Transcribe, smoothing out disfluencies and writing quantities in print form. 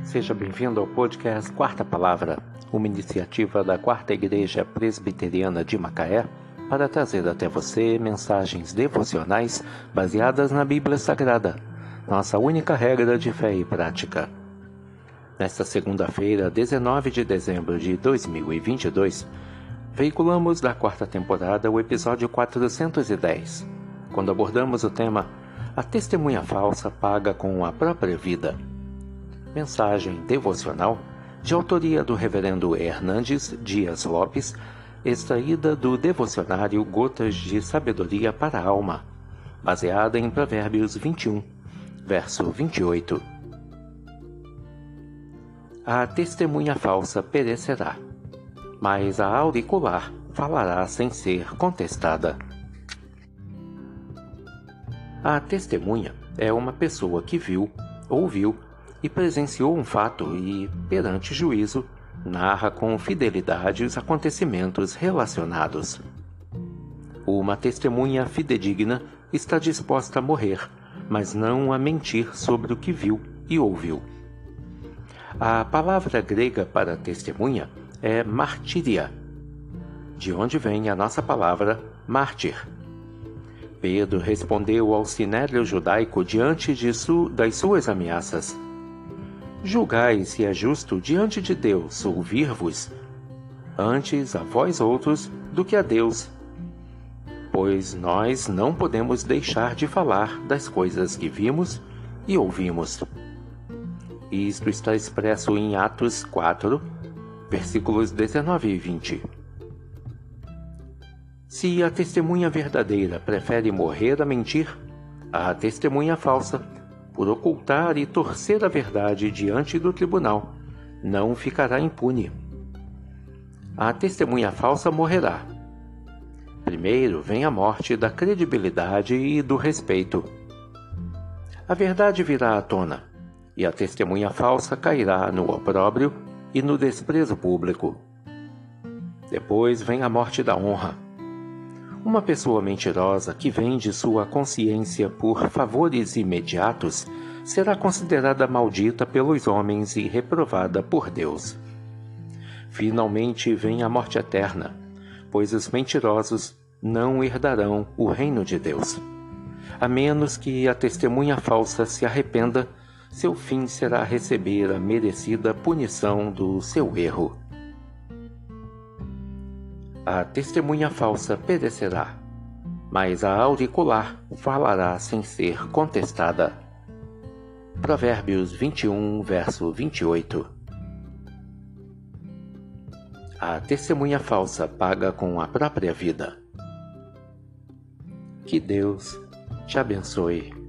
Seja bem-vindo ao podcast Quarta Palavra, uma iniciativa da Quarta Igreja Presbiteriana de Macaé para trazer até você mensagens devocionais baseadas na Bíblia Sagrada, nossa única regra de fé e prática. Nesta segunda-feira, 19 de dezembro de 2022, veiculamos da quarta temporada o episódio 410, quando abordamos o tema A Testemunha Falsa Paga com a Própria Vida. Mensagem devocional de autoria do reverendo Hernandes Dias Lopes, extraída do devocionário Gotas de Sabedoria para a Alma, baseada em Provérbios 21, verso 28. A testemunha falsa perecerá, mas a auricular falará sem ser contestada. A testemunha é uma pessoa que viu, ouviu e presenciou um fato e, perante juízo, narra com fidelidade os acontecimentos relacionados. Uma testemunha fidedigna está disposta a morrer, mas não a mentir sobre o que viu e ouviu. A palavra grega para testemunha é martíria, de onde vem a nossa palavra mártir. Pedro respondeu ao sinédrio judaico diante das suas ameaças: julgai se é justo diante de Deus ouvir-vos, antes a vós outros do que a Deus. Pois nós não podemos deixar de falar das coisas que vimos e ouvimos. Isto está expresso em Atos 4, versículos 19 e 20. Se a testemunha verdadeira prefere morrer a mentir, a testemunha falsa, por ocultar e torcer a verdade diante do tribunal, não ficará impune. A testemunha falsa morrerá. Primeiro vem a morte da credibilidade e do respeito. A verdade virá à tona, e a testemunha falsa cairá no opróbrio e no desprezo público. Depois vem a morte da honra. Uma pessoa mentirosa que vende sua consciência por favores imediatos será considerada maldita pelos homens e reprovada por Deus. Finalmente vem a morte eterna, pois os mentirosos não herdarão o reino de Deus. A menos que a testemunha falsa se arrependa, seu fim será receber a merecida punição do seu erro. A testemunha falsa perecerá, mas a auricular falará sem ser contestada. Provérbios 21, verso 28. A testemunha falsa paga com a própria vida. Que Deus te abençoe.